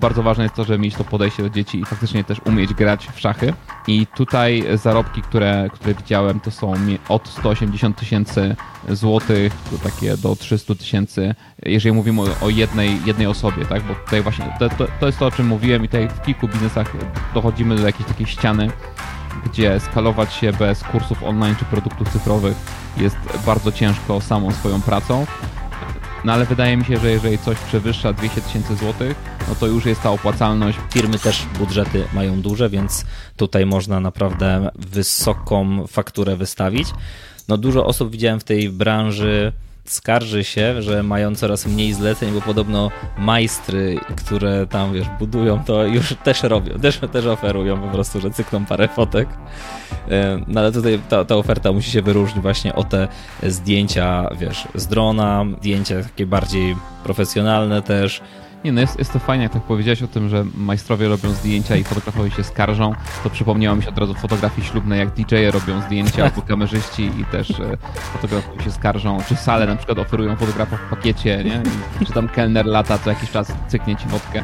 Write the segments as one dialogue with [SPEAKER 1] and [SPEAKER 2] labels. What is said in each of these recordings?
[SPEAKER 1] bardzo ważne jest to, żeby mieć to podejście do dzieci i faktycznie też umieć grać w szachy. I tutaj zarobki, które widziałem, to są od 180 000 złotych takie do 300 000, jeżeli mówimy o jednej osobie, tak? Bo tutaj właśnie to jest to, o czym mówiłem i tutaj w kilku biznesach dochodzimy do jakiejś takiej ściany, gdzie skalować się bez kursów online czy produktów cyfrowych jest bardzo ciężko samą swoją pracą. No ale wydaje mi się, że jeżeli coś przewyższa 200 000 złotych, no to już jest ta opłacalność.
[SPEAKER 2] Firmy też budżety mają duże, więc tutaj można naprawdę wysoką fakturę wystawić. No dużo osób widziałem w tej branży skarży się, że mają coraz mniej zleceń, bo podobno majstry, które tam budują, to już też robią, też oferują po prostu, że cykną parę fotek. No ale tutaj ta oferta musi się wyróżnić właśnie o te zdjęcia, z drona, zdjęcia takie bardziej profesjonalne też.
[SPEAKER 1] Nie, no jest to fajnie, jak tak powiedziałeś o tym, że majstrowie robią zdjęcia i fotografowie się skarżą, to przypomniało mi się od razu fotografii ślubnej, jak DJ-e robią zdjęcia, albo kamerzyści i też fotografowie się skarżą, czy sale na przykład oferują fotografa w pakiecie, nie? I, czy tam kelner lata, co jakiś czas cyknie ci wodkę.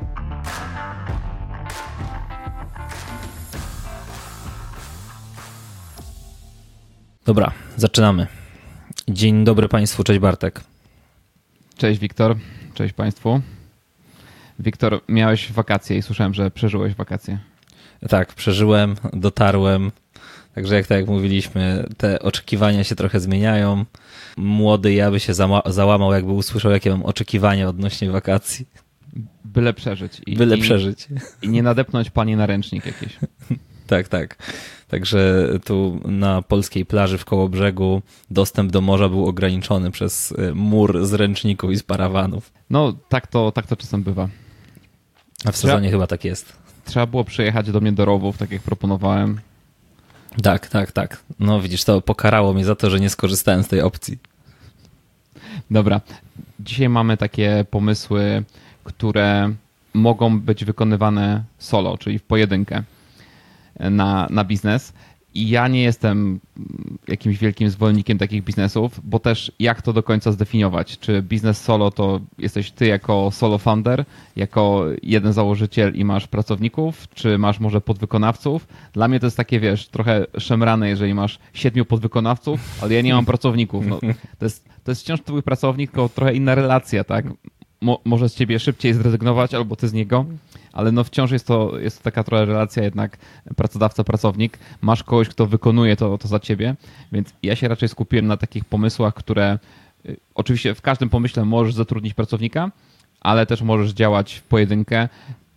[SPEAKER 2] Dobra, zaczynamy. Dzień dobry Państwu, cześć Bartek.
[SPEAKER 1] Cześć Wiktor, cześć Państwu. Wiktor, miałeś wakacje i słyszałem, że przeżyłeś wakacje.
[SPEAKER 2] Tak, przeżyłem, dotarłem. Także jak mówiliśmy, te oczekiwania się trochę zmieniają. Młody ja by się załamał, jakby usłyszał, jakie mam oczekiwania odnośnie wakacji.
[SPEAKER 1] Byle przeżyć.
[SPEAKER 2] Przeżyć.
[SPEAKER 1] I nie nadepnąć pani na ręcznik jakiś.
[SPEAKER 2] Tak. Także tu na polskiej plaży w Kołobrzegu dostęp do morza był ograniczony przez mur z ręczników i z parawanów.
[SPEAKER 1] No, tak to czasem bywa.
[SPEAKER 2] A w sezonie chyba tak jest.
[SPEAKER 1] Trzeba było przyjechać do mnie do Rowów, tak jak proponowałem.
[SPEAKER 2] Tak. No widzisz, to pokarało mnie za to, że nie skorzystałem z tej opcji.
[SPEAKER 1] Dobra. Dzisiaj mamy takie pomysły, które mogą być wykonywane solo, czyli w pojedynkę na biznes. I ja nie jestem jakimś wielkim zwolennikiem takich biznesów, bo też jak to do końca zdefiniować? Czy biznes solo to jesteś ty jako solo founder, jako jeden założyciel i masz pracowników, czy masz może podwykonawców? Dla mnie to jest takie, trochę szemrane, jeżeli masz 7 podwykonawców, ale ja nie mam pracowników. No, to jest wciąż twój pracownik, tylko trochę inna relacja, tak? Może z ciebie szybciej zrezygnować, albo ty z niego, ale no wciąż jest to taka trochę relacja jednak pracodawca-pracownik. Masz kogoś, kto wykonuje to za ciebie, więc ja się raczej skupiłem na takich pomysłach, które oczywiście w każdym pomyśle możesz zatrudnić pracownika, ale też możesz działać w pojedynkę.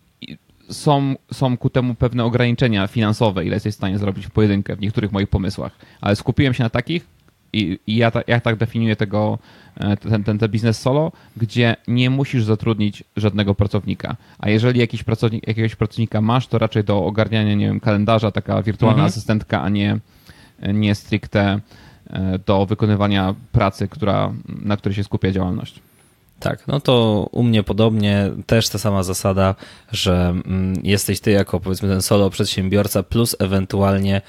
[SPEAKER 1] Są ku temu pewne ograniczenia finansowe, ile jesteś w stanie zrobić w pojedynkę w niektórych moich pomysłach, ale skupiłem się na takich i ja tak definiuję ten biznes solo, gdzie nie musisz zatrudnić żadnego pracownika. A jeżeli jakiegoś pracownika masz, to raczej do ogarniania, kalendarza, taka wirtualna asystentka, a nie stricte do wykonywania pracy, na której się skupia działalność.
[SPEAKER 2] Tak, no to u mnie podobnie, też ta sama zasada, że jesteś ty jako powiedzmy ten solo przedsiębiorca plus ewentualnie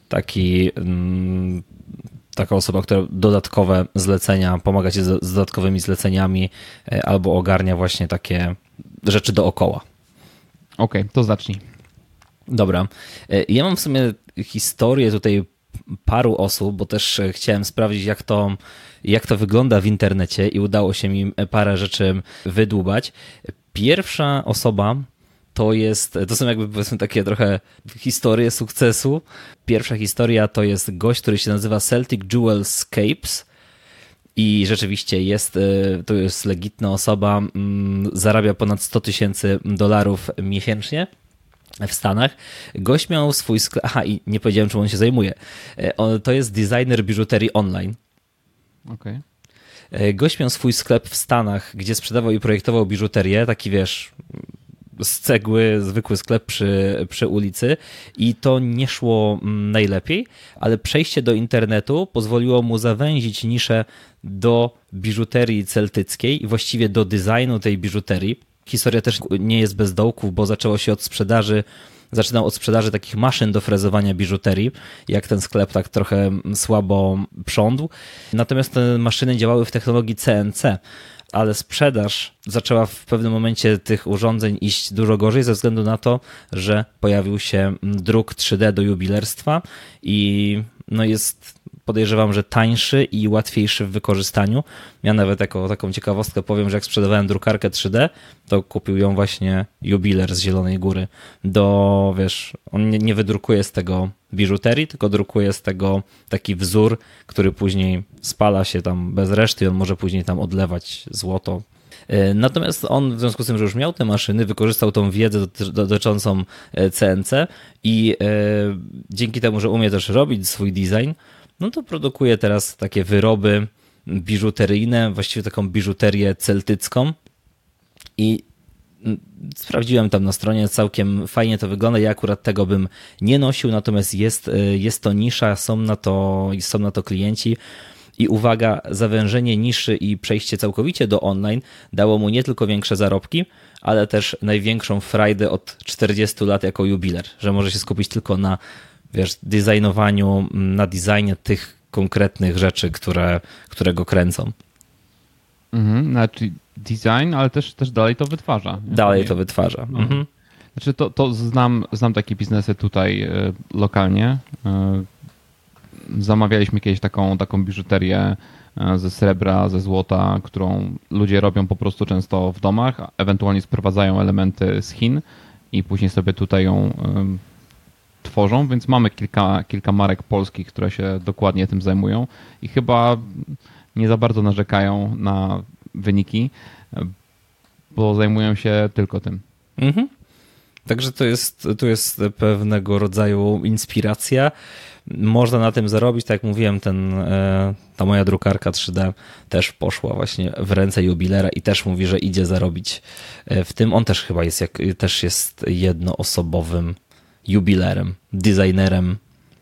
[SPEAKER 2] taka osoba, która dodatkowe zlecenia, pomaga ci z dodatkowymi zleceniami albo ogarnia właśnie takie rzeczy dookoła.
[SPEAKER 1] Okej, to zacznij.
[SPEAKER 2] Dobra. Ja mam w sumie historię tutaj paru osób, bo też chciałem sprawdzić, jak to wygląda w internecie i udało się mi parę rzeczy wydłubać. Pierwsza osoba to są jakby powiedzmy takie trochę historie sukcesu. Pierwsza historia to jest gość, który się nazywa Celtic Jewelscapes i rzeczywiście to jest legitna osoba, zarabia ponad $100,000 miesięcznie w Stanach. Gość miał swój sklep, i nie powiedziałem, czym on się zajmuje. To jest designer biżuterii online.
[SPEAKER 1] Okej.
[SPEAKER 2] Gość miał swój sklep w Stanach, gdzie sprzedawał i projektował biżuterię, taki z cegły, zwykły sklep przy ulicy i to nie szło najlepiej, ale przejście do internetu pozwoliło mu zawęzić niszę do biżuterii celtyckiej i właściwie do designu tej biżuterii. Historia też nie jest bez dołków, bo zaczęło się zaczynał od sprzedaży takich maszyn do frezowania biżuterii, jak ten sklep tak trochę słabo prządł. Natomiast te maszyny działały w technologii CNC, ale sprzedaż zaczęła w pewnym momencie tych urządzeń iść dużo gorzej ze względu na to, że pojawił się druk 3D do jubilerstwa i no jest, podejrzewam, że tańszy i łatwiejszy w wykorzystaniu. Ja nawet jako taką ciekawostkę powiem, że jak sprzedawałem drukarkę 3D, to kupił ją właśnie jubiler z Zielonej Góry. On nie wydrukuje z tego biżuterii, tylko drukuje z tego taki wzór, który później spala się tam bez reszty i on może później tam odlewać złoto. Natomiast on w związku z tym, że już miał te maszyny, wykorzystał tą wiedzę dotyczącą CNC i dzięki temu, że umie też robić swój design, no to produkuje teraz takie wyroby biżuteryjne, właściwie taką biżuterię celtycką i sprawdziłem tam na stronie, całkiem fajnie to wygląda. Ja akurat tego bym nie nosił, natomiast jest to nisza, są na to klienci. I uwaga, zawężenie niszy i przejście całkowicie do online dało mu nie tylko większe zarobki, ale też największą frajdę od 40 lat jako jubiler, że może się skupić tylko na designowaniu, na designie tych konkretnych rzeczy, które go kręcą.
[SPEAKER 1] Znaczy design, ale też dalej to wytwarza.
[SPEAKER 2] Dalej to wytwarza. Mhm.
[SPEAKER 1] Znaczy to znam takie biznesy tutaj lokalnie. Zamawialiśmy kiedyś taką biżuterię ze srebra, ze złota, którą ludzie robią po prostu często w domach, ewentualnie sprowadzają elementy z Chin i później sobie tutaj ją tworzą, więc mamy kilka marek polskich, które się dokładnie tym zajmują i chyba nie za bardzo narzekają na wyniki, bo zajmują się tylko tym.
[SPEAKER 2] Mhm. Także to jest pewnego rodzaju inspiracja. Można na tym zarobić, tak jak mówiłem, ta moja drukarka 3D też poszła właśnie w ręce jubilera i też mówi, że idzie zarobić w tym. On też chyba jest jednoosobowym jubilerem, designerem.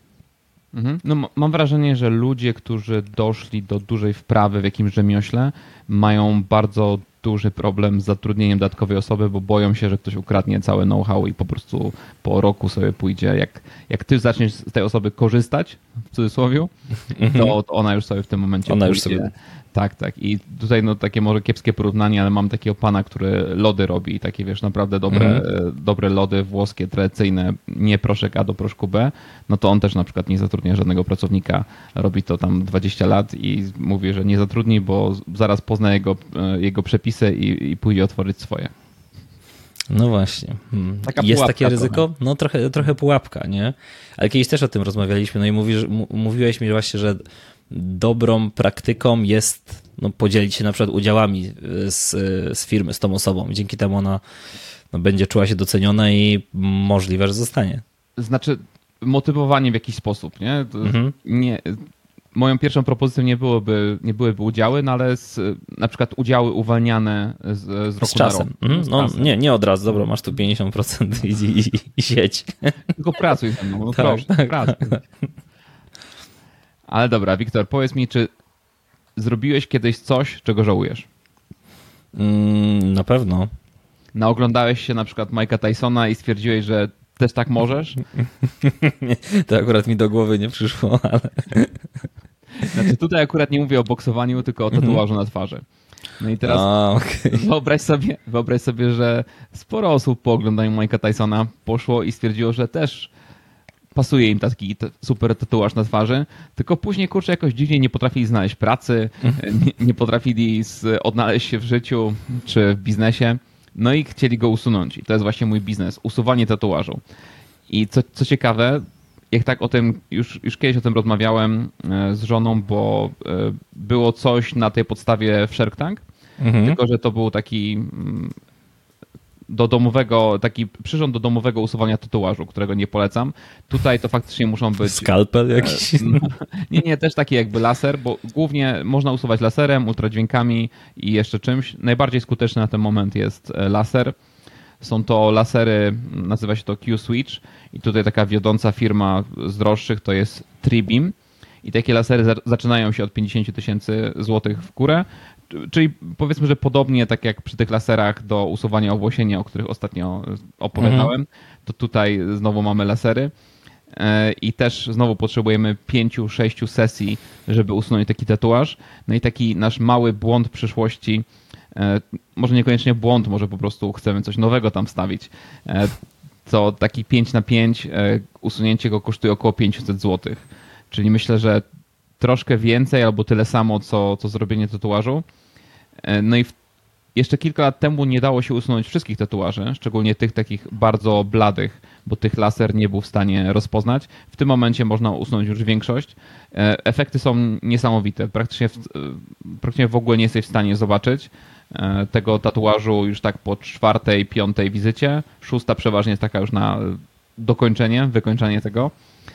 [SPEAKER 1] No, mam wrażenie, że ludzie, którzy doszli do dużej wprawy w jakimś rzemiośle, mają bardzo duży problem z zatrudnieniem dodatkowej osoby, bo boją się, że ktoś ukradnie całe know-how i po prostu po roku sobie pójdzie. Jak ty zaczniesz z tej osoby korzystać, w cudzysłowie, to ona już sobie w tym momencie pójdzie. Tak. I tutaj takie może kiepskie porównanie, ale mam takiego pana, który lody robi i takie naprawdę dobre lody włoskie, tradycyjne, nie proszek A do proszku B, no to on też na przykład nie zatrudnia żadnego pracownika, robi to tam 20 lat i mówi, że nie zatrudni, bo zaraz pozna jego przepisy i pójdzie otworzyć swoje.
[SPEAKER 2] No właśnie. Jest takie ryzyko? No trochę pułapka, nie? Ale kiedyś też o tym rozmawialiśmy, no i mówiłeś mi właśnie, że dobrą praktyką jest podzielić się na przykład udziałami z firmy, z tą osobą. Dzięki temu ona będzie czuła się doceniona i możliwe, że zostanie.
[SPEAKER 1] Znaczy motywowanie w jakiś sposób, nie? Moją pierwszą propozycją nie byłyby udziały, no ale na przykład udziały uwalniane z roku
[SPEAKER 2] czasem. Na rok.
[SPEAKER 1] czasem.
[SPEAKER 2] Nie od razu, dobra, masz tu 50% i siedź.
[SPEAKER 1] Tylko pracuj ze mną,
[SPEAKER 2] tak,
[SPEAKER 1] proszę, pracuj. Ale dobra, Wiktor, powiedz mi, czy zrobiłeś kiedyś coś, czego żałujesz?
[SPEAKER 2] Na pewno.
[SPEAKER 1] Naoglądałeś się na przykład Mike'a Tysona i stwierdziłeś, że też tak możesz?
[SPEAKER 2] To akurat mi do głowy nie przyszło, ale...
[SPEAKER 1] Znaczy tutaj akurat nie mówię o boksowaniu, tylko o tatuażu na twarzy. No i teraz wyobraź sobie, że sporo osób po oglądaniu Mike'a Tysona poszło i stwierdziło, że też pasuje im taki super tatuaż na twarzy, tylko później, kurczę, jakoś dziwnie nie potrafili znaleźć pracy, nie potrafili odnaleźć się w życiu czy w biznesie, no i chcieli go usunąć. I to jest właśnie mój biznes, usuwanie tatuażu. I co ciekawe, jak tak o tym, już kiedyś o tym rozmawiałem z żoną, bo było coś na tej podstawie w Shark Tank, tylko że to był taki taki przyrząd do domowego usuwania tatuażu, którego nie polecam. Tutaj to faktycznie muszą być...
[SPEAKER 2] Skalpel jakiś?
[SPEAKER 1] Nie, też taki jakby laser, bo głównie można usuwać laserem, ultradźwiękami i jeszcze czymś. Najbardziej skuteczny na ten moment jest laser. Są to lasery, nazywa się to Q-Switch i tutaj taka wiodąca firma z droższych to jest Tribeam i takie lasery zaczynają się od 50 000 złotych w górę, czyli powiedzmy, że podobnie tak jak przy tych laserach do usuwania owłosienia, o których ostatnio opowiadałem, to tutaj znowu mamy lasery i też znowu potrzebujemy 5-6 sesji, żeby usunąć taki tatuaż. No i taki nasz mały błąd w przyszłości może niekoniecznie błąd, może po prostu chcemy coś nowego tam wstawić. To taki 5x5 usunięcie go kosztuje około 500 zł. Czyli myślę, że troszkę więcej albo tyle samo, co zrobienie tatuażu. No i jeszcze kilka lat temu nie dało się usunąć wszystkich tatuaży, szczególnie tych takich bardzo bladych, bo tych laser nie był w stanie rozpoznać. W tym momencie można usunąć już większość. Efekty są niesamowite. Praktycznie w ogóle nie jesteś w stanie zobaczyć tego tatuażu już tak po 4., 5. wizycie. 6. przeważnie jest taka już na dokończenie, wykończenie tego.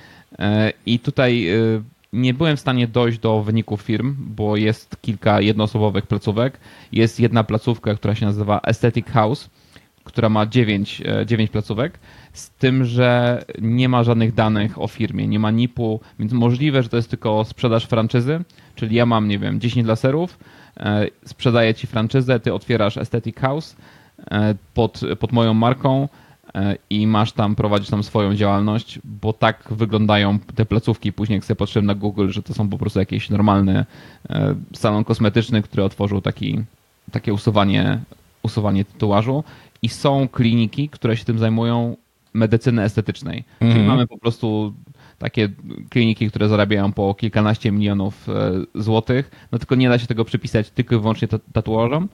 [SPEAKER 1] I tutaj nie byłem w stanie dojść do wyników firm, bo jest kilka jednoosobowych placówek. Jest jedna placówka, która się nazywa Aesthetic House, która ma 9 placówek, z tym, że nie ma żadnych danych o firmie, nie ma NIP-u, więc możliwe, że to jest tylko sprzedaż franczyzy, czyli ja mam, nie wiem, 10 laserów, sprzedaję ci franczyzę, ty otwierasz Aesthetic House pod moją marką i masz tam prowadzić tam swoją działalność, bo tak wyglądają te placówki. Później jak sobie patrzyłem na Google, że to są po prostu jakieś normalny salon kosmetyczny, który otworzył takie usuwanie tatuażu i są kliniki, które się tym zajmują medycyny estetycznej. Czyli mamy po prostu takie kliniki, które zarabiają po kilkanaście milionów złotych, no tylko nie da się tego przypisać tylko i wyłącznie tatuażom.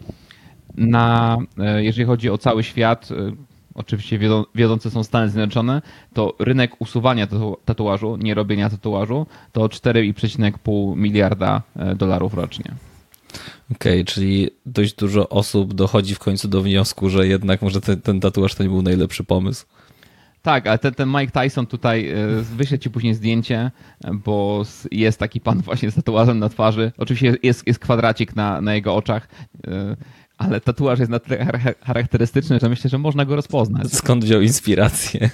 [SPEAKER 1] Jeżeli chodzi o cały świat, oczywiście wiodące są Stany Zjednoczone, to rynek usuwania tatuażu, nie robienia tatuażu, to 4,5 miliarda dolarów rocznie.
[SPEAKER 2] Okej, czyli dość dużo osób dochodzi w końcu do wniosku, że jednak może ten tatuaż to nie był najlepszy pomysł.
[SPEAKER 1] Tak, ale ten Mike Tyson tutaj, wyślę ci później zdjęcie, bo jest taki pan właśnie z tatuażem na twarzy. Oczywiście jest kwadracik na jego oczach, ale tatuaż jest na tyle charakterystyczny, że myślę, że można go rozpoznać.
[SPEAKER 2] Skąd wziął inspirację?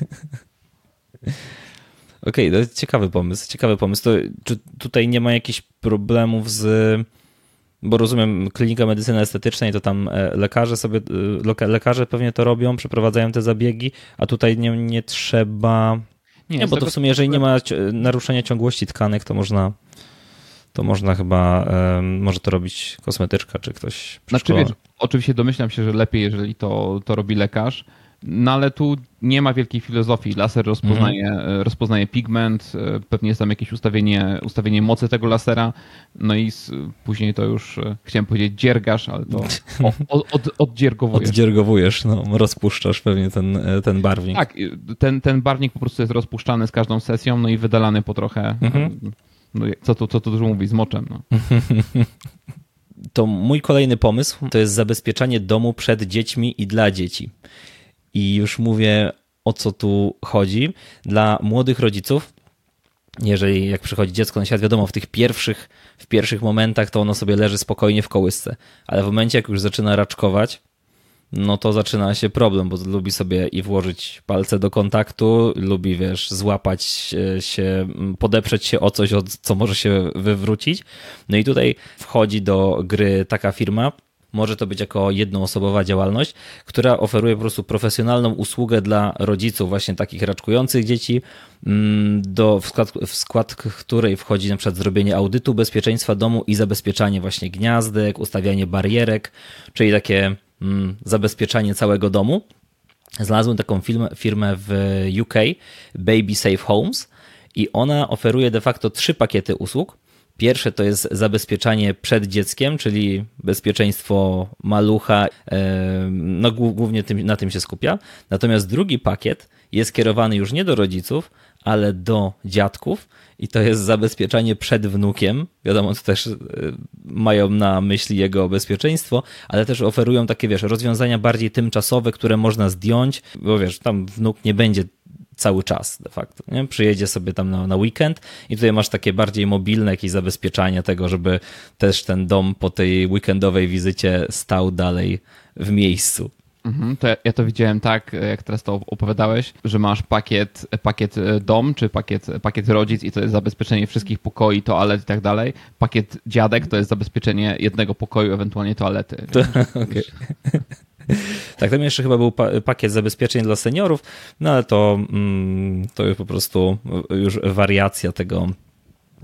[SPEAKER 2] Okej, to jest ciekawy pomysł. To, czy tutaj nie ma jakichś problemów bo rozumiem, klinika medycyny estetycznej, to tam lekarze pewnie to robią, przeprowadzają te zabiegi, a tutaj nie trzeba... Nie, bo to w sumie, jeżeli nie ma naruszenia ciągłości tkanek, to można chyba, może to robić kosmetyczka czy ktoś
[SPEAKER 1] przeszkolony. Znaczy, wiesz, oczywiście domyślam się, że lepiej, jeżeli to robi lekarz, no ale tu nie ma wielkiej filozofii. Laser rozpoznaje pigment, pewnie jest tam jakieś ustawienie mocy tego lasera, no i później to już, chciałem powiedzieć dziergasz, ale to oddziergowujesz.
[SPEAKER 2] Oddziergowujesz, no, rozpuszczasz pewnie ten barwnik.
[SPEAKER 1] Tak, ten barwnik po prostu jest rozpuszczany z każdą sesją, no i wydalany po trochę, no, co tu dużo mówi, z moczem. No.
[SPEAKER 2] To mój kolejny pomysł to jest zabezpieczanie domu przed dziećmi i dla dzieci. I już mówię, o co tu chodzi. Dla młodych rodziców, jeżeli jak przychodzi dziecko na świat, wiadomo, w pierwszych momentach to ono sobie leży spokojnie w kołysce, ale w momencie, jak już zaczyna raczkować, no to zaczyna się problem, bo lubi sobie i włożyć palce do kontaktu, lubi, złapać się, podeprzeć się o coś, co może się wywrócić. No i tutaj wchodzi do gry taka firma, może to być jako jednoosobowa działalność, która oferuje po prostu profesjonalną usługę dla rodziców właśnie takich raczkujących dzieci, w skład której wchodzi na przykład zrobienie audytu bezpieczeństwa domu i zabezpieczanie właśnie gniazdek, ustawianie barierek, czyli takie zabezpieczanie całego domu. Znalazłem taką firmę w UK, Baby Safe Homes, i ona oferuje de facto 3 pakiety usług. Pierwsze to jest zabezpieczanie przed dzieckiem, czyli bezpieczeństwo malucha, no głównie na tym się skupia. Natomiast drugi pakiet jest kierowany już nie do rodziców, ale do dziadków i to jest zabezpieczanie przed wnukiem. Wiadomo, to też mają na myśli jego bezpieczeństwo, ale też oferują takie, rozwiązania bardziej tymczasowe, które można zdjąć, bo tam wnuk nie będzie cały czas de facto. Nie? Przyjedzie sobie tam na weekend i tutaj masz takie bardziej mobilne jakieś zabezpieczanie tego, żeby też ten dom po tej weekendowej wizycie stał dalej w miejscu.
[SPEAKER 1] To ja to widziałem tak, jak teraz to opowiadałeś, że masz pakiet dom, czy pakiet rodzic i to jest zabezpieczenie wszystkich pokoi, toalet i tak dalej. Pakiet dziadek to jest zabezpieczenie jednego pokoju, ewentualnie toalety.
[SPEAKER 2] Okay. Tak, tam jeszcze chyba był pakiet zabezpieczeń dla seniorów, no ale to jest po prostu już wariacja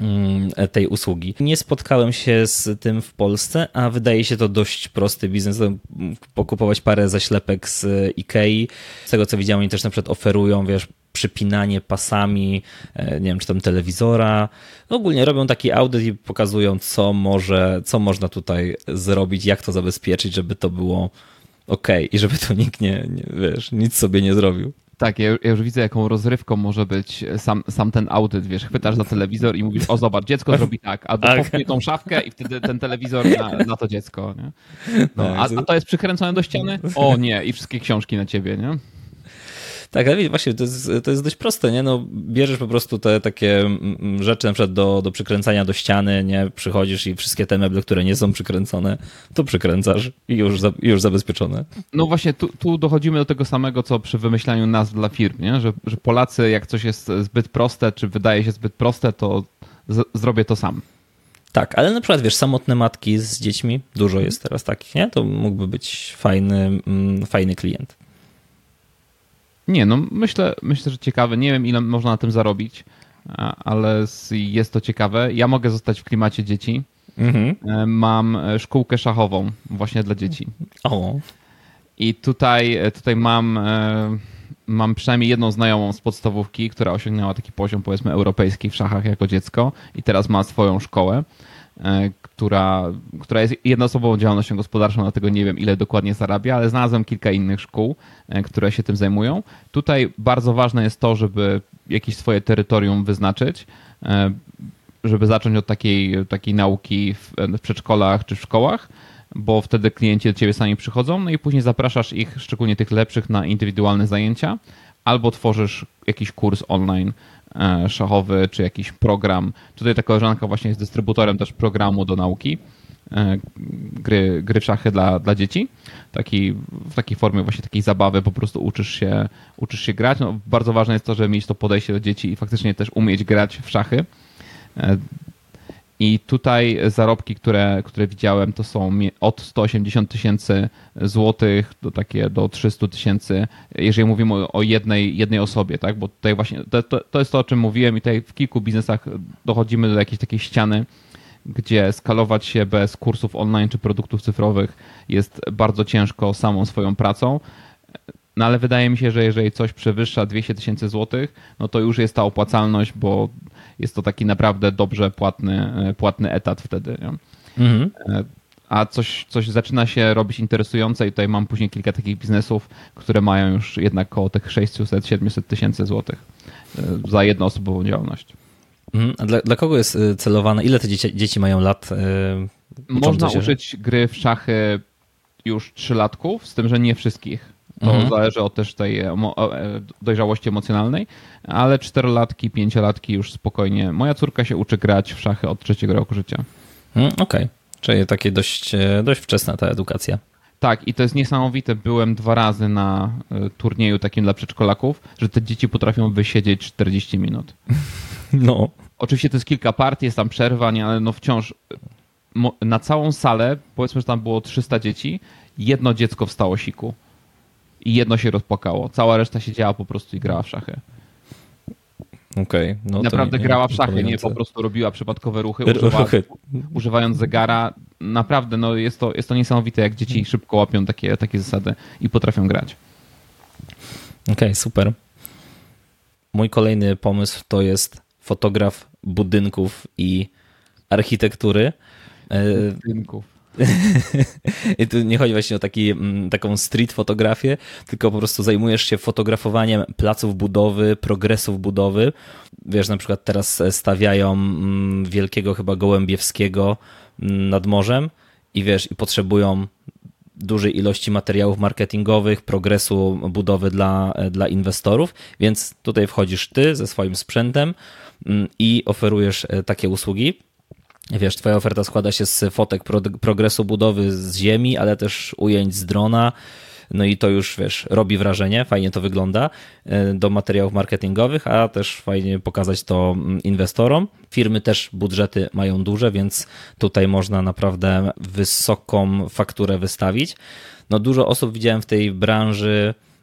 [SPEAKER 2] tej usługi. Nie spotkałem się z tym w Polsce, a wydaje się to dość prosty biznes. Pokupować parę zaślepek z Ikei. Z tego co widziałem, oni też na przykład oferują, wiesz, przypinanie pasami, nie wiem, czy tam telewizora. Ogólnie robią taki audyt i pokazują, co można tutaj zrobić, jak to zabezpieczyć, żeby to było okej i żeby to nikt wiesz, nic sobie nie zrobił.
[SPEAKER 1] Tak, ja już widzę, jaką rozrywką może być sam ten audyt, wiesz, chwytasz za telewizor i mówisz, o zobacz, dziecko zrobi tak, albo popchnie tą szafkę i wtedy ten telewizor na to dziecko, nie? No, a to jest przykręcone do ściany? O nie, i wszystkie książki na ciebie, nie?
[SPEAKER 2] Tak, ale właśnie to jest dość proste, nie? No, bierzesz po prostu te takie rzeczy na przykład do przykręcania do ściany, nie? Przychodzisz i wszystkie te meble, które nie są przykręcone, to przykręcasz i już zabezpieczone.
[SPEAKER 1] No właśnie, tu dochodzimy do tego samego, co przy wymyślaniu nazw dla firm, nie? Że Polacy, jak coś jest zbyt proste, czy wydaje się zbyt proste, to zrobię to sam.
[SPEAKER 2] Tak, ale na przykład, wiesz, samotne matki z dziećmi, dużo jest teraz takich, nie? To mógłby być fajny klient.
[SPEAKER 1] Nie, no myślę, że ciekawe. Nie wiem, ile można na tym zarobić, ale jest to ciekawe. Ja mogę zostać w klimacie dzieci. Mhm. Mam szkółkę szachową właśnie dla dzieci.
[SPEAKER 2] O.
[SPEAKER 1] I tutaj mam przynajmniej jedną znajomą z podstawówki, która osiągnęła taki poziom, powiedzmy, europejski w szachach jako dziecko i teraz ma swoją szkołę, która jest jednoosobową działalnością gospodarczą, dlatego nie wiem, ile dokładnie zarabia, ale znalazłem kilka innych szkół, które się tym zajmują. Tutaj bardzo ważne jest to, żeby jakieś swoje terytorium wyznaczyć, żeby zacząć od takiej nauki w przedszkolach czy w szkołach, bo wtedy klienci do ciebie sami przychodzą, no i później zapraszasz ich, szczególnie tych lepszych, na indywidualne zajęcia, albo tworzysz jakiś kurs online szachowy, czy jakiś program. Tutaj ta koleżanka właśnie jest dystrybutorem też programu do nauki, gry w szachy dla dzieci. W takiej formie właśnie takiej zabawy, po prostu uczysz się grać. No, bardzo ważne jest to, żeby mieć to podejście do dzieci i faktycznie też umieć grać w szachy. I tutaj zarobki, które widziałem, to są od 180 tysięcy złotych do 300 tysięcy, jeżeli mówimy o jednej osobie, tak? Bo tutaj właśnie to jest to, o czym mówiłem i tutaj w kilku biznesach dochodzimy do jakiejś takiej ściany, gdzie skalować się bez kursów online czy produktów cyfrowych jest bardzo ciężko samą swoją pracą. No ale wydaje mi się, że jeżeli coś przewyższa 200 tysięcy złotych, no to już jest ta opłacalność, bo jest to taki naprawdę dobrze płatny etat wtedy. Nie? Mhm. A coś zaczyna się robić interesujące i tutaj mam później kilka takich biznesów, które mają już jednak około tych 600-700 tysięcy złotych za jednoosobową działalność.
[SPEAKER 2] A dla kogo jest celowane? Ile te dzieci mają lat?
[SPEAKER 1] Można uczyć gry w szachy już 3-latków, z tym, że nie wszystkich. To zależy od też tej dojrzałości emocjonalnej, ale 4-latki, 5-latki już spokojnie. Moja córka się uczy grać w szachy od 3 roku życia.
[SPEAKER 2] Okej. Czyli takie dość wczesna ta edukacja.
[SPEAKER 1] Tak, i to jest niesamowite. Byłem 2 razy na turnieju takim dla przedszkolaków, że te dzieci potrafią wysiedzieć 40 minut.
[SPEAKER 2] No.
[SPEAKER 1] Oczywiście to jest kilka partii, jest tam przerwa, nie, ale no wciąż na całą salę, powiedzmy, że tam było 300 dzieci, jedno dziecko wstało siku. I jedno się rozpłakało. Cała reszta siedziała po prostu i grała w szachy.
[SPEAKER 2] Okej. No
[SPEAKER 1] naprawdę grała w szachy, nie po prostu robiła przypadkowe ruchy, używając zegara. Naprawdę, no jest to niesamowite, jak dzieci szybko łapią takie zasady i potrafią grać.
[SPEAKER 2] Okej, super. Mój kolejny pomysł to jest fotograf budynków i architektury.
[SPEAKER 1] Budynków.
[SPEAKER 2] I tu nie chodzi właśnie o taką street fotografię, tylko po prostu zajmujesz się fotografowaniem placów budowy, progresów budowy. Wiesz, na przykład teraz stawiają wielkiego chyba Gołębiewskiego nad morzem i wiesz, i potrzebują dużej ilości materiałów marketingowych, progresu budowy dla inwestorów, więc tutaj wchodzisz ty ze swoim sprzętem i oferujesz takie usługi. Wiesz, twoja oferta składa się z fotek progresu budowy z ziemi, ale też ujęć z drona, no i to już, wiesz, robi wrażenie, fajnie to wygląda do materiałów marketingowych, a też fajnie pokazać to inwestorom. Firmy też budżety mają duże, więc tutaj można naprawdę wysoką fakturę wystawić. No dużo osób widziałem w tej branży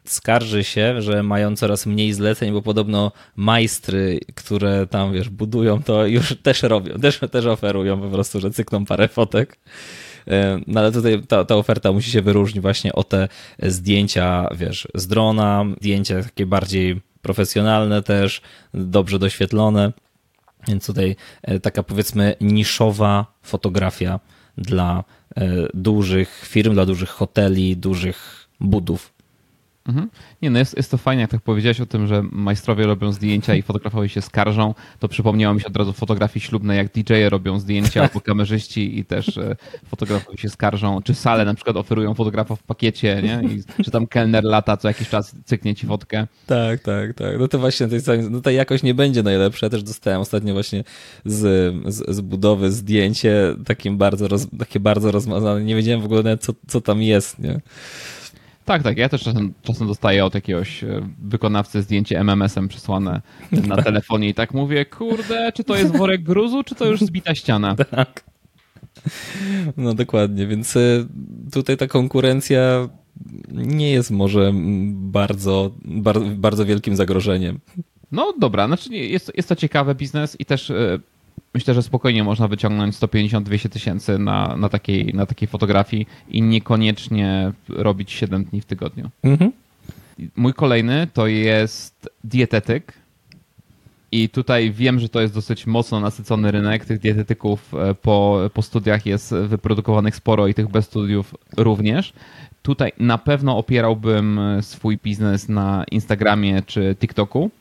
[SPEAKER 2] skarży się, że mają coraz mniej zleceń, bo podobno majstry, które tam, wiesz, budują, to już też robią, też oferują po prostu, że cykną parę fotek. No ale tutaj ta oferta musi się wyróżnić właśnie o te zdjęcia, wiesz, z drona, zdjęcia takie bardziej profesjonalne też, dobrze doświetlone. Więc tutaj taka powiedzmy niszowa fotografia dla dużych firm, dla dużych hoteli, dużych budów.
[SPEAKER 1] Nie, no jest to fajnie, jak tak powiedziałeś o tym, że majstrowie robią zdjęcia i fotografowie się skarżą, to przypomniało mi się od razu fotografii ślubnej, jak DJ-e robią zdjęcia, albo kamerzyści i też fotografowie się skarżą, czy sale na przykład oferują fotografa w pakiecie, nie? Czy tam kelner lata, co jakiś czas cyknie ci fotkę.
[SPEAKER 2] Tak. No to właśnie ta jakość nie będzie najlepsza. Ja też dostałem ostatnio właśnie z budowy zdjęcie takie bardzo rozmazane. Nie wiedziałem w ogóle nawet co tam jest, nie?
[SPEAKER 1] Tak. Ja też czasem dostaję od jakiegoś wykonawcy zdjęcie MMS-em przysłane na telefonie i tak mówię, kurde, czy to jest worek gruzu, czy to już zbita ściana?
[SPEAKER 2] Tak. No dokładnie, więc tutaj ta konkurencja nie jest może bardzo wielkim zagrożeniem.
[SPEAKER 1] No dobra, znaczy jest to ciekawy biznes i też myślę, że spokojnie można wyciągnąć 150-200 tysięcy na takiej fotografii i niekoniecznie robić 7 dni w tygodniu. Mhm. Mój kolejny to jest dietetyk i tutaj wiem, że to jest dosyć mocno nasycony rynek. Tych dietetyków po studiach jest wyprodukowanych sporo i tych bez studiów również. Tutaj na pewno opierałbym swój biznes na Instagramie czy TikToku,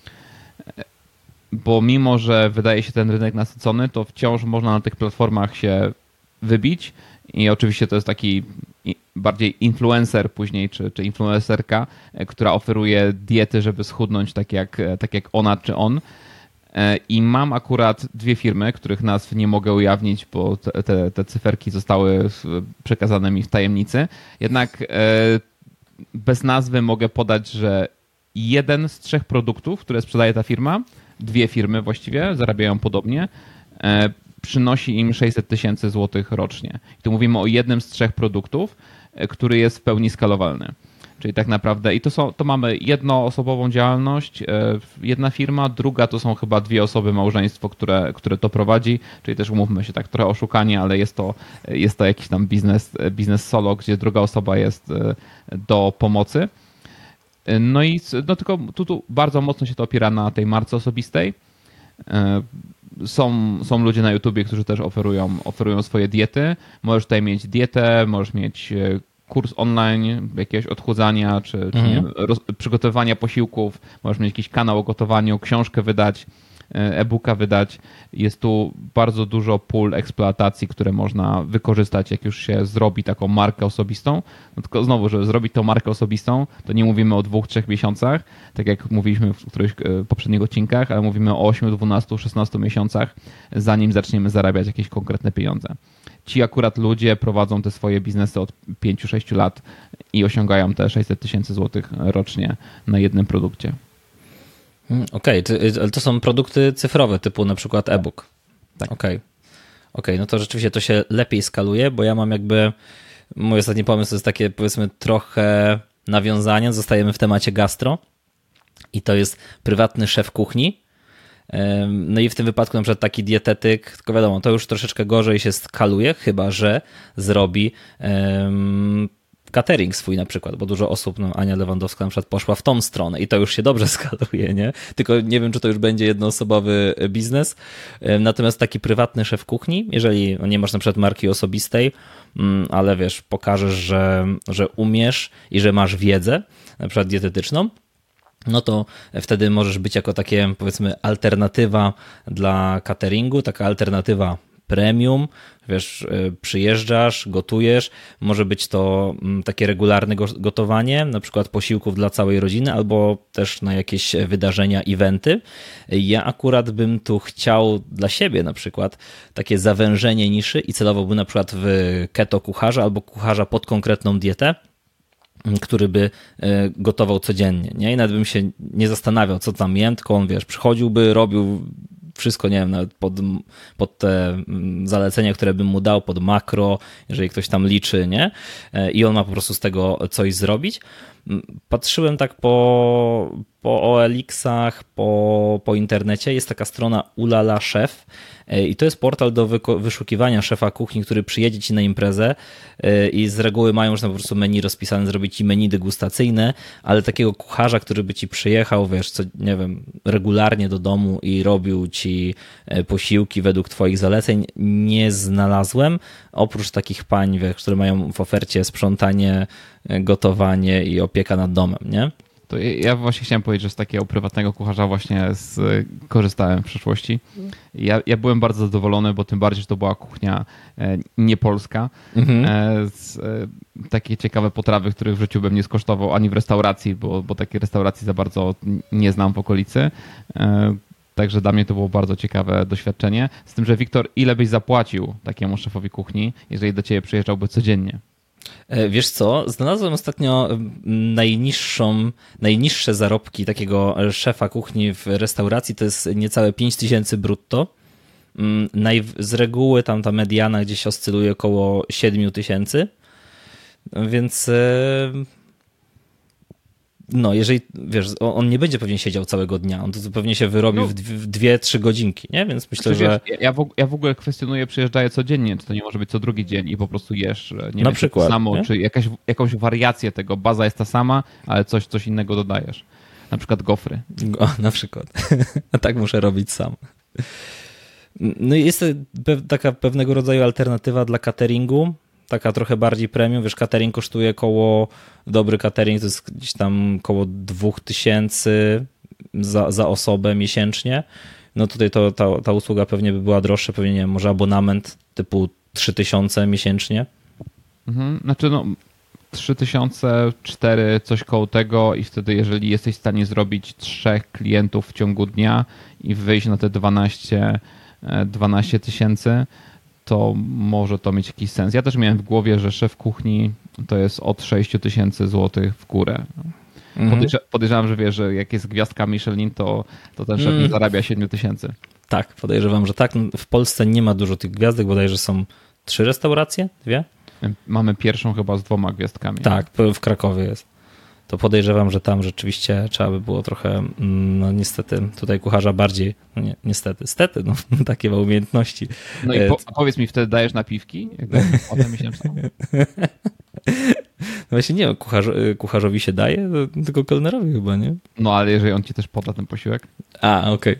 [SPEAKER 1] bo mimo, że wydaje się ten rynek nasycony, to wciąż można na tych platformach się wybić i oczywiście to jest taki bardziej influencer później, czy influencerka, która oferuje diety, żeby schudnąć tak jak ona czy on. I mam akurat 2 firmy, których nazw nie mogę ujawnić, bo te cyferki zostały przekazane mi w tajemnicy. Jednak bez nazwy mogę podać, że jeden z 3 produktów, które sprzedaje ta firma, 2 firmy właściwie, zarabiają podobnie, przynosi im 600 tysięcy złotych rocznie. I tu mówimy o jednym z 3 produktów, który jest w pełni skalowalny. Czyli tak naprawdę, i to mamy jednoosobową działalność, jedna firma, druga to są chyba 2 osoby, małżeństwo, które to prowadzi, czyli też umówmy się tak trochę oszukanie, ale jest to jakiś tam biznes solo, gdzie druga osoba jest do pomocy. No i tylko tu bardzo mocno się to opiera na tej marce osobistej. Są ludzie na YouTubie, którzy też oferują swoje diety. Możesz tutaj mieć dietę, możesz mieć kurs online, jakiegoś odchudzania, czy nie wiem, przygotowywania posiłków, możesz mieć jakiś kanał o gotowaniu, książkę wydać, e-booka wydać. Jest tu bardzo dużo pól eksploatacji, które można wykorzystać, jak już się zrobi taką markę osobistą. No tylko znowu, żeby zrobić tą markę osobistą, to nie mówimy o 2-3 miesiącach, tak jak mówiliśmy w którychś poprzednich odcinkach, ale mówimy o 8, 12, 16 miesiącach, zanim zaczniemy zarabiać jakieś konkretne pieniądze. Ci akurat ludzie prowadzą te swoje biznesy od 5-6 lat i osiągają te 600 tysięcy złotych rocznie na jednym produkcie.
[SPEAKER 2] Okej, ale to są produkty cyfrowe, typu na przykład e-book.
[SPEAKER 1] Tak.
[SPEAKER 2] Okej, no to rzeczywiście to się lepiej skaluje, bo ja mam mój ostatni pomysł to jest takie, powiedzmy, trochę nawiązanie, zostajemy w temacie gastro i to jest prywatny szef kuchni. No i w tym wypadku na przykład taki dietetyk, tylko wiadomo, to już troszeczkę gorzej się skaluje, chyba że zrobi catering swój na przykład, bo dużo osób, Ania Lewandowska na przykład poszła w tą stronę i to już się dobrze skaluje, nie? Tylko nie wiem, czy to już będzie jednoosobowy biznes, natomiast taki prywatny szef kuchni, jeżeli nie masz na przykład marki osobistej, ale wiesz, pokażesz, że umiesz i że masz wiedzę, na przykład dietetyczną, no to wtedy możesz być jako takie, powiedzmy, alternatywa dla cateringu, taka alternatywa premium, wiesz, przyjeżdżasz, gotujesz, może być to takie regularne gotowanie, na przykład posiłków dla całej rodziny albo też na jakieś wydarzenia, eventy. Ja akurat bym tu chciał dla siebie na przykład takie zawężenie niszy i celowałbym na przykład w keto kucharza albo kucharza pod konkretną dietę, który by gotował codziennie, nie? I nawet bym się nie zastanawiał, co tam jem, tylko on, wiesz, przychodziłby, robił wszystko, nie wiem, nawet pod te zalecenia, które bym mu dał, pod makro, jeżeli ktoś tam liczy, nie? I on ma po prostu z tego coś zrobić. Patrzyłem tak po OLX-ach, po internecie. Jest taka strona Ulala Chef i to jest portal do wyszukiwania szefa kuchni, który przyjedzie ci na imprezę i z reguły mają już po prostu menu rozpisane, zrobić ci menu degustacyjne, ale takiego kucharza, który by ci przyjechał, wiesz, co, nie wiem, regularnie do domu i robił ci posiłki według twoich zaleceń, nie znalazłem. Oprócz takich pań, wiesz, które mają w ofercie sprzątanie, gotowanie i opieka nad domem, nie?
[SPEAKER 1] To ja właśnie chciałem powiedzieć, że z takiego prywatnego kucharza właśnie korzystałem w przeszłości. Ja byłem bardzo zadowolony, bo tym bardziej, że to była kuchnia niepolska. Takie ciekawe potrawy, których w życiu bym nie skosztował ani w restauracji, bo takiej restauracji za bardzo nie znam w okolicy. Także dla mnie to było bardzo ciekawe doświadczenie. Z tym, że Wiktor, ile byś zapłacił takiemu szefowi kuchni, jeżeli do ciebie przyjeżdżałby codziennie?
[SPEAKER 2] Wiesz co, znalazłem ostatnio najniższe zarobki takiego szefa kuchni w restauracji, to jest niecałe 5000 brutto. Z reguły tam ta mediana gdzieś oscyluje około 7000, więc no jeżeli, wiesz, on nie będzie pewnie siedział całego dnia, on to pewnie się wyrobi w 2-3 godzinki, nie? Więc myślę, że...
[SPEAKER 1] Ja w ogóle kwestionuję przyjeżdżaję codziennie, czy to nie może być co drugi dzień i po prostu jesz, nie
[SPEAKER 2] na
[SPEAKER 1] wiem,
[SPEAKER 2] przykład,
[SPEAKER 1] to samo,
[SPEAKER 2] nie?
[SPEAKER 1] czy jakąś wariację tego, baza jest ta sama, ale coś innego dodajesz. Na przykład gofry.
[SPEAKER 2] Na przykład. A tak muszę robić sam. No i jest to taka pewnego rodzaju alternatywa dla cateringu, taka trochę bardziej premium. Wiesz, catering kosztuje dobry catering to jest gdzieś tam koło 2000 za osobę miesięcznie. No tutaj ta usługa pewnie by była droższa, pewnie nie wiem, może abonament typu 3000 miesięcznie.
[SPEAKER 1] Znaczy 3000, 4, coś koło tego i wtedy jeżeli jesteś w stanie zrobić 3 klientów w ciągu dnia i wyjść na te 12 tysięcy, to może to mieć jakiś sens. Ja też miałem w głowie, że szef kuchni to jest od 6000 złotych w górę. Podejrzewam, że wiesz, że jak jest gwiazdka Michelin, to ten szef nie zarabia 7000.
[SPEAKER 2] Tak, podejrzewam, że tak. W Polsce nie ma dużo tych gwiazdek, bodajże są 3 restauracje? 2?
[SPEAKER 1] Mamy pierwszą chyba z 2 gwiazdkami.
[SPEAKER 2] Tak, w Krakowie jest. To podejrzewam, że tam rzeczywiście trzeba by było trochę, no niestety, tutaj kucharza bardziej, no nie, niestety, no takie ma umiejętności.
[SPEAKER 1] No i powiedz mi, wtedy dajesz napiwki? Potem myślałem, że...
[SPEAKER 2] No właśnie nie, kucharzowi się daje, tylko kelnerowi chyba, nie?
[SPEAKER 1] No ale jeżeli on ci też poda ten posiłek?
[SPEAKER 2] Okej.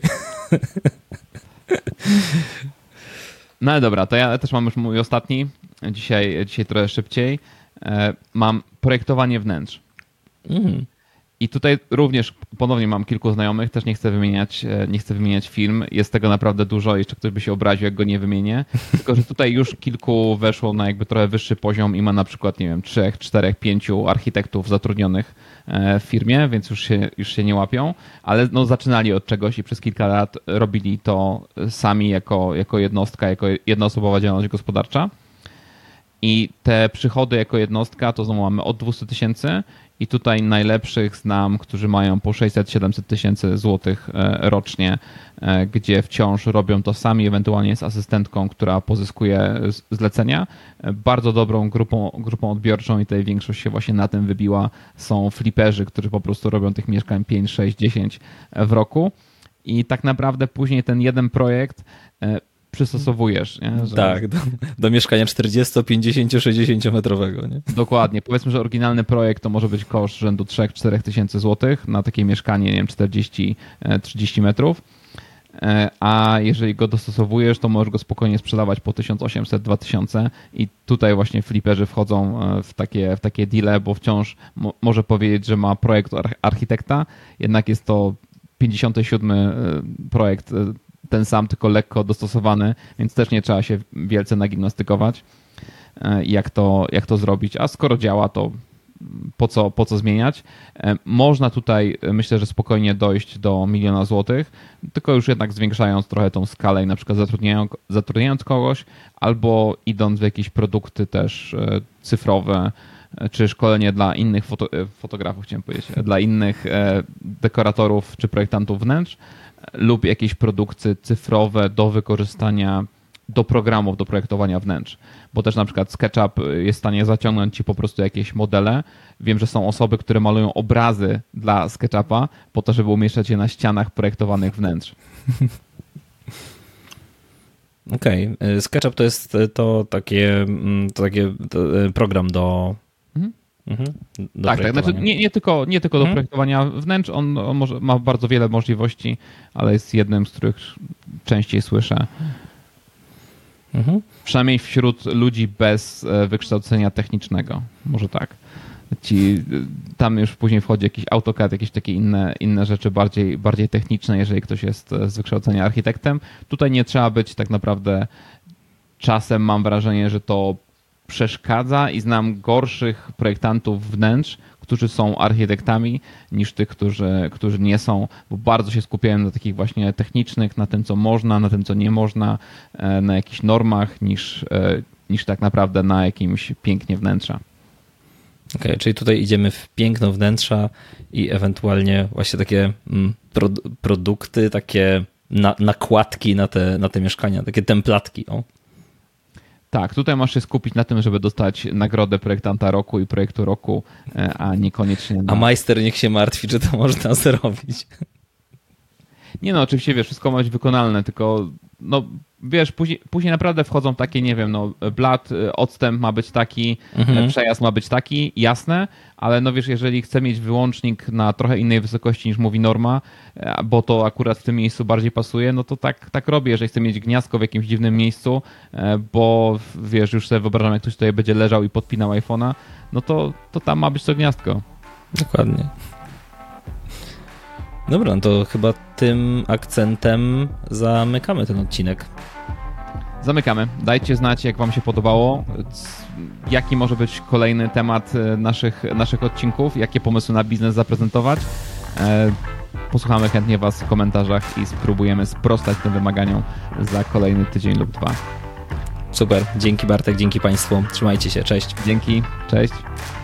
[SPEAKER 1] No ale dobra, to ja też mam już mój ostatni, dzisiaj trochę szybciej. Mam projektowanie wnętrz. I tutaj również ponownie mam kilku znajomych, też nie chcę wymieniać firm, jest tego naprawdę dużo, jeszcze ktoś by się obraził, jak go nie wymienię, tylko że tutaj już kilku weszło na jakby trochę wyższy poziom i ma na przykład, nie wiem, 3, 4, 5 architektów zatrudnionych w firmie, więc już się nie łapią, ale no zaczynali od czegoś i przez kilka lat robili to sami jako jednostka, jako jednoosobowa działalność gospodarcza. I te przychody jako jednostka to znowu mamy od 200 tysięcy i tutaj najlepszych znam, którzy mają po 600-700 tysięcy złotych rocznie, gdzie wciąż robią to sami, ewentualnie z asystentką, która pozyskuje zlecenia. Bardzo dobrą grupą odbiorczą i tutaj większość się właśnie na tym wybiła. Są fliperzy, którzy po prostu robią tych mieszkań 5, 6, 10 w roku i tak naprawdę później ten jeden projekt przystosowujesz. Nie? Że...
[SPEAKER 2] Tak, do mieszkania 40, 50, 60 metrowego. Nie?
[SPEAKER 1] Dokładnie. Powiedzmy, że oryginalny projekt to może być koszt rzędu 3-4 tysięcy złotych na takie mieszkanie, nie wiem, 40-30 metrów. A jeżeli go dostosowujesz, to możesz go spokojnie sprzedawać po 1800-2000 i tutaj właśnie fliperzy wchodzą w takie deale, bo wciąż może powiedzieć, że ma projekt architekta, jednak jest to 57 projekt ten sam, tylko lekko dostosowany, więc też nie trzeba się wielce nagimnastykować, jak to zrobić. A skoro działa, to po co zmieniać? Można tutaj, myślę, że spokojnie dojść do 1 000 000 złotych, tylko już jednak zwiększając trochę tą skalę i na przykład zatrudniając kogoś, albo idąc w jakieś produkty też cyfrowe, czy szkolenie dla innych fotografów, chciałem powiedzieć, dla innych dekoratorów czy projektantów wnętrz, lub jakieś produkty cyfrowe do wykorzystania do programów, do projektowania wnętrz, bo też na przykład SketchUp jest w stanie zaciągnąć ci po prostu jakieś modele. Wiem, że są osoby, które malują obrazy dla SketchUpa po to, żeby umieszczać je na ścianach projektowanych wnętrz.
[SPEAKER 2] Okej. SketchUp to jest to program do... do
[SPEAKER 1] tak. Znaczy nie tylko do projektowania wnętrz, on ma bardzo wiele możliwości, ale jest jednym, z których częściej słyszę. Przynajmniej wśród ludzi bez wykształcenia technicznego. Może tak. Tam już później wchodzi jakiś AutoCAD, jakieś takie inne rzeczy bardziej techniczne, jeżeli ktoś jest z wykształcenia architektem. Tutaj nie trzeba być tak naprawdę, czasem mam wrażenie, że to przeszkadza i znam gorszych projektantów wnętrz, którzy są architektami, niż tych, którzy nie są, bo bardzo się skupiałem na takich właśnie technicznych, na tym, co można, na tym, co nie można, na jakichś normach, niż tak naprawdę na jakimś pięknie wnętrza.
[SPEAKER 2] Okej, czyli tutaj idziemy w piękno wnętrza i ewentualnie właśnie takie produkty, takie nakładki na te mieszkania, takie templatki. O.
[SPEAKER 1] Tak, tutaj masz się skupić na tym, żeby dostać nagrodę projektanta roku i projektu roku, a niekoniecznie
[SPEAKER 2] A majster niech się martwi, czy to można zrobić.
[SPEAKER 1] Nie no, oczywiście, wiesz, wszystko ma być wykonalne, tylko no wiesz, później naprawdę wchodzą takie, nie wiem, no blat, odstęp ma być taki, przejazd ma być taki, jasne, ale no wiesz, jeżeli chcę mieć wyłącznik na trochę innej wysokości niż mówi norma, bo to akurat w tym miejscu bardziej pasuje, no to tak robię, jeżeli chcę mieć gniazdko w jakimś dziwnym miejscu, bo wiesz, już sobie wyobrażam, jak ktoś tutaj będzie leżał i podpinał iPhone'a, no to tam ma być to gniazdko.
[SPEAKER 2] Dokładnie. Dobra, no to chyba tym akcentem zamykamy ten odcinek.
[SPEAKER 1] Zamykamy. Dajcie znać, jak wam się podobało, jaki może być kolejny temat naszych odcinków, jakie pomysły na biznes zaprezentować. Posłuchamy chętnie was w komentarzach i spróbujemy sprostać tym wymaganiom za kolejny tydzień lub 2.
[SPEAKER 2] Super. Dzięki Bartek, dzięki Państwu. Trzymajcie się. Cześć.
[SPEAKER 1] Dzięki. Cześć.